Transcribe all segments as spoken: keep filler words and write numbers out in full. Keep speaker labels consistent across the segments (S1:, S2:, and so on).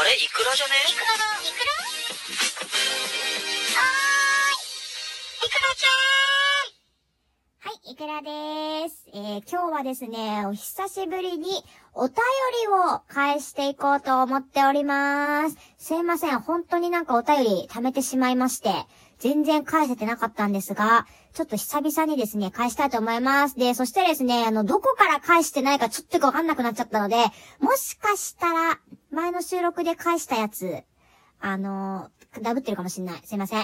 S1: れイクラじゃね？
S2: イクラだ。イクラ？はーい。イクラちゃん。はい、イクラでーす。えー、今日はですね、お久しぶりにお便りを返していこうと思っております。すいません、本当になんかお便り貯めてしまいまして、全然返せてなかったんですが、ちょっと久々にですね、返したいと思います。で、そしてですね、あの、どこから返してないかちょっとよくわかんなくなっちゃったので、もしかしたら、前の収録で返したやつ、あのー、ダブってるかもしんない。すいません。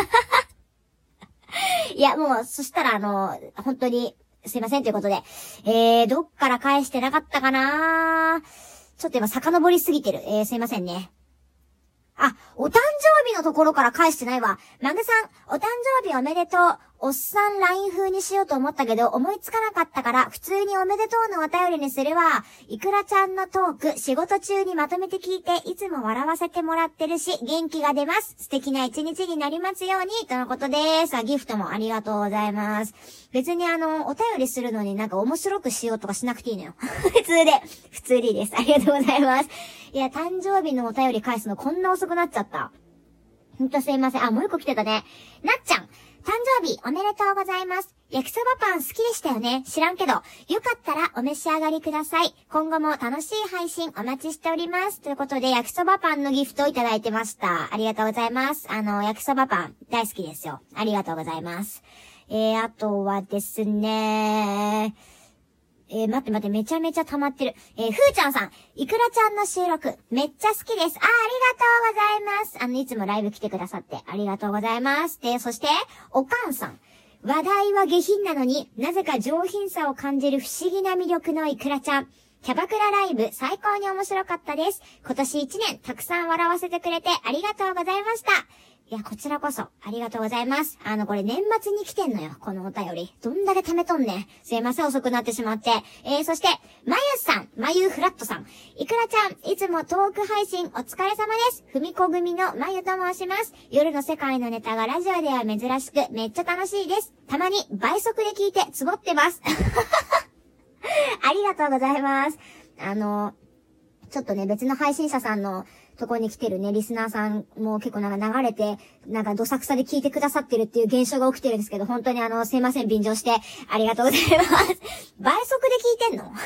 S2: いや、もう、そしたら、あのー、本当に、すいませんということで、えー、どっから返してなかったかなちょっと今、遡りすぎてる。えー、すいませんね。あ、お誕生日のところから返してないわ。マグさん、お誕生日おめでとう。おっさん ライン 風にしようと思ったけど、思いつかなかったから、普通におめでとうのお便りにするわ。いくらちゃんのトーク、仕事中にまとめて聞いて、いつも笑わせてもらってるし、元気が出ます。素敵な一日になりますように、とのことです。ギフトもありがとうございます。別にあの、お便りするのになんか面白くしようとかしなくていいのよ。普通で、普通でいいです。ありがとうございます。いや、誕生日のお便り返すのこんな遅くなっちゃった。ほんとすいません。あ、もう一個来てたね。なっちゃん。誕生日おめでとうございます。焼きそばパン好きでしたよね。知らんけど。よかったらお召し上がりください。今後も楽しい配信お待ちしております。ということで、焼きそばパンのギフトをいただいてました。ありがとうございます。あの、焼きそばパン大好きですよ。ありがとうございます。えー、あとはですねえー、待って待って、めちゃめちゃ溜まってる。えー、ふーちゃんさん、いくらちゃんの収録、めっちゃ好きです。あー、ありがとうございます。あの、いつもライブ来てくださって、ありがとうございます。で、そして、おかんさん、話題は下品なのになぜか上品さを感じる不思議な魅力のいくらちゃん。キャバクラライブ、最高に面白かったです。今年一年、たくさん笑わせてくれて、ありがとうございました。いや、こちらこそ、ありがとうございます。あの、これ年末に来てんのよ、このお便り。どんだけ貯めとんねん。すいません、遅くなってしまって。えー、そして、まゆさん、まゆフラットさん。いくらちゃん、いつもトーク配信お疲れ様です。ふみこ組のまゆと申します。夜の世界のネタがラジオでは珍しく、めっちゃ楽しいです。たまに倍速で聞いて、つぼってます。ありがとうございます。あの、ちょっとね、別の配信者さんのとこに来てるね、リスナーさんも結構なんか流れて、なんかどさくさで聞いてくださってるっていう現象が起きてるんですけど、本当にあの、すいません、便乗して、ありがとうございます。倍速で聞いてんの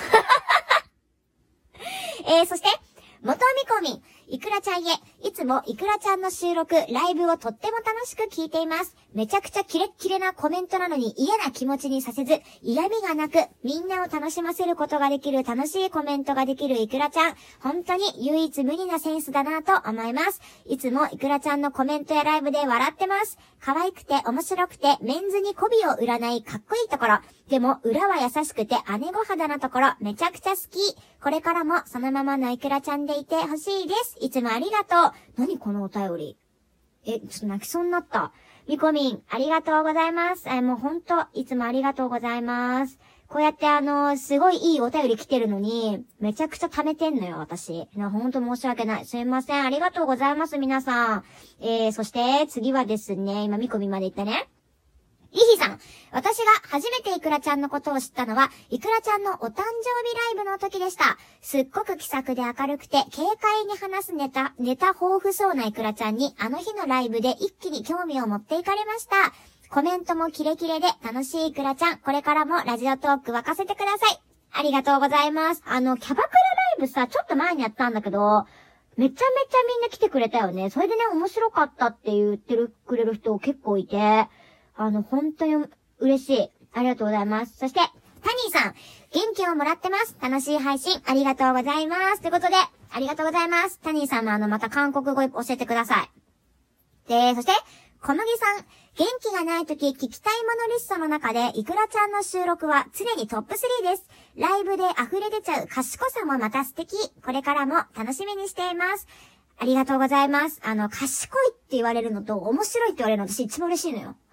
S2: えー、そして、元みこみん、いくらちゃんへ、いつもいくらちゃんの収録、ライブをとっても楽しく聞いています。めちゃくちゃキレッキレなコメントなのに嫌な気持ちにさせず、嫌味がなく、みんなを楽しませることができる楽しいコメントができるいくらちゃん。本当に唯一無二なセンスだなと思います。いつもいくらちゃんのコメントやライブで笑ってます。可愛くて面白くて、メンズに媚びを売らないかっこいいところ。でも、裏は優しくて姉御肌なところ、めちゃくちゃ好き。これからもそのままのいくらちゃんでいてほしいです。いつもありがとう。何このお便り。え、ちょっと泣きそうになった。みこみん、ありがとうございます。え、もうほんと、いつもありがとうございます。こうやってあの、すごいいいお便り来てるのに、めちゃくちゃ貯めてんのよ、私。な、ほんと申し訳ない。すいません。ありがとうございます、皆さん。えー、そして、次はですね、今、みこみまで言ったね。いひさん、私が初めていくらちゃんのことを知ったのは、いくらちゃんのお誕生日ライブの時でした。すっごく気さくで明るくて、軽快に話すネタ、ネタ豊富そうないくらちゃんに、あの日のライブで一気に興味を持っていかれました。コメントもキレキレで楽しいいくらちゃん、これからもラジオトーク沸かせてください。ありがとうございます。あの、キャバクラライブさ、ちょっと前にやったんだけど、めちゃめちゃみんな来てくれたよね。それでね、面白かったって言ってるくれる人結構いて、あの、本当に嬉しい。ありがとうございます。そして、タニーさん、元気をもらってます。楽しい配信、ありがとうございます。ということで、ありがとうございます。タニーさんもあの、また韓国語教えてください。で、そして、小麦さん、元気がないとき聞きたいものリストの中で、いくらちゃんの収録は常にトップスリーです。ライブで溢れ出ちゃう賢さもまた素敵。これからも楽しみにしています。ありがとうございます。あの、賢いって言われるのと、面白いって言われるの私一番嬉しいのよ。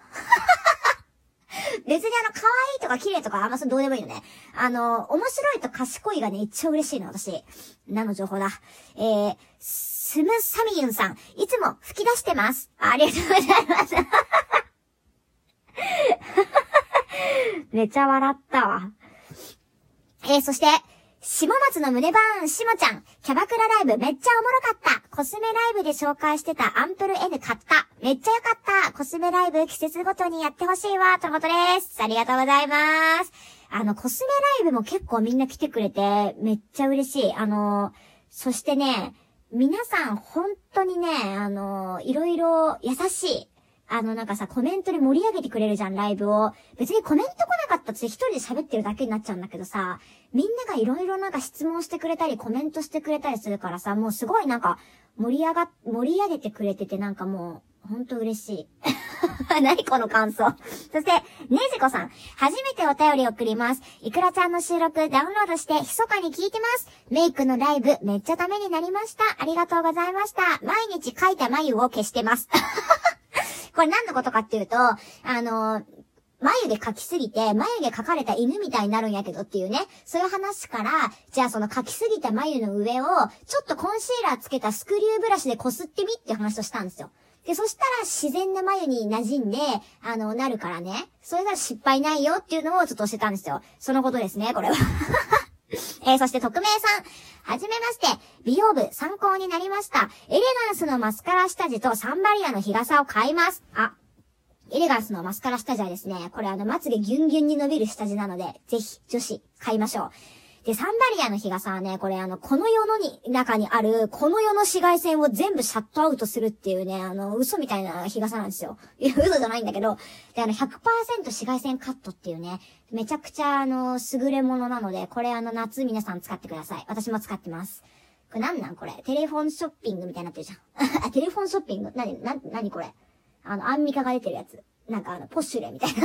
S2: 別にあの、可愛いとか綺麗とかあんまそれどうでもいいよね。あの、面白いと賢いがね、一番嬉しいの、私。何の情報だ。えー、スムサミユンさん、いつも吹き出してます。ありがとうございます。めちゃ笑ったわ。えー、そして、下松の胸バーンしもちゃん、キャバクラライブめっちゃおもろかった。 コスメライブで紹介してたアンプル N 買った。めっちゃよかった。コスメライブ季節ごとにやってほしいわ。とのことです。ありがとうございます。あの、コスメライブも結構みんな来てくれて、めっちゃ嬉しい。あの、そしてね、皆さん本当にね、あの、いろいろ優しい。あの、なんかさ、コメントで盛り上げてくれるじゃん、ライブを。別にコメント来なかったって一人で喋ってるだけになっちゃうんだけどさ、みんながいろいろなんか質問してくれたり、コメントしてくれたりするからさ、もうすごいなんか、盛り上が、盛り上げてくれててなんかもう、ほんと嬉しい。何この感想。そして、ねじこさん。初めてお便り送ります。いくらちゃんの収録ダウンロードして、密かに聞いてます。メイクのライブ、めっちゃためになりました。ありがとうございました。毎日描いた眉を消してます。これ何のことかっていうと、あの、眉毛描きすぎて、眉毛描かれた犬みたいになるんやけどっていうね、そういう話から、じゃあその描きすぎた眉の上を、ちょっとコンシーラーつけたスクリューブラシで擦ってみっていう話をしたんですよ。で、そしたら自然な眉に馴染んで、あの、なるからね。それなら失敗ないよっていうのをちょっと教えたんですよ。そのことですね、これは。えー、そして匿名さん。はじめまして。美容部参考になりました。エレガンスのマスカラ下地とサンバリアの日傘を買います。あ、エレガンスのマスカラ下地はですね、これあの、まつげギュンギュンに伸びる下地なので、ぜひ、女子、買いましょう。で、サンバリアの日傘はね、これあの、この世のに、中にある、この世の紫外線を全部シャットアウトするっていうね、あの、嘘みたいな日傘なんですよ。いや、嘘じゃないんだけど、で、あの、ひゃくパーセント 紫外線カットっていうね、めちゃくちゃあの、優れものなので、これあの、夏皆さん使ってください。私も使ってます。これなんなんこれテレフォンショッピングみたいになってるじゃん。あ、テレフォンショッピングなに、な、なにこれあの、アンミカが出てるやつ。なんかあの、ポッシュレみたいな。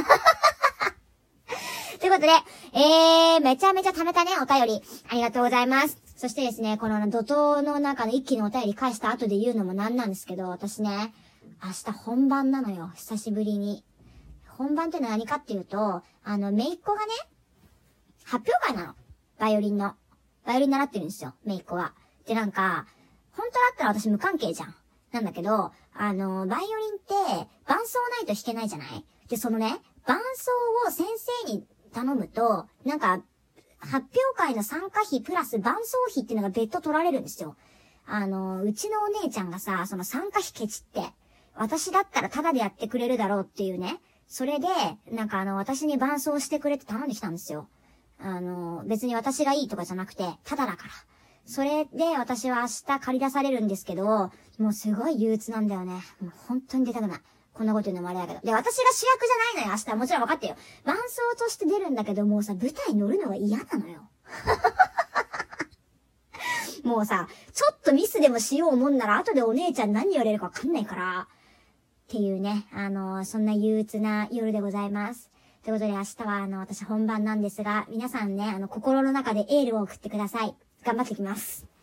S2: ということで、えー、めちゃめちゃ貯めたね、お便り。ありがとうございます。そしてですね、この怒涛の中の一気にお便り返した後で言うのもなんなんですけど、私ね、明日本番なのよ、久しぶりに。本番ってのは何かっていうと、あの、姪っ子がね、発表会なの。バイオリンの。バイオリン習ってるんですよ、姪っ子は。で、なんか、本当だったら私無関係じゃん。なんだけど、あの、バイオリンって、伴奏ないと弾けないじゃない？で、そのね、伴奏を先生に頼むと、なんか、発表会の参加費プラス伴奏費っていうのが別途取られるんですよ。あの、うちのお姉ちゃんがさ、その参加費ケチって、私だったらタダでやってくれるだろうっていうね。それで、なんかあの、私に伴奏してくれって頼んできたんですよ。あの、別に私がいいとかじゃなくて、タダだから。それで私は明日借り出されるんですけど、もうすごい憂鬱なんだよね。もう本当に出たくない。こんなこと言うのもあれだけど。で、私が主役じゃないのよ、明日。もちろん分かってよ。伴奏として出るんだけど、もうさ、舞台乗るのが嫌なのよ。もうさ、ちょっとミスでもしようもんなら、後でお姉ちゃん何言われるか分かんないから。っていうね、あの、そんな憂鬱な夜でございます。ということで明日はあの、私本番なんですが、皆さんね、あの、心の中でエールを送ってください。頑張ってきます。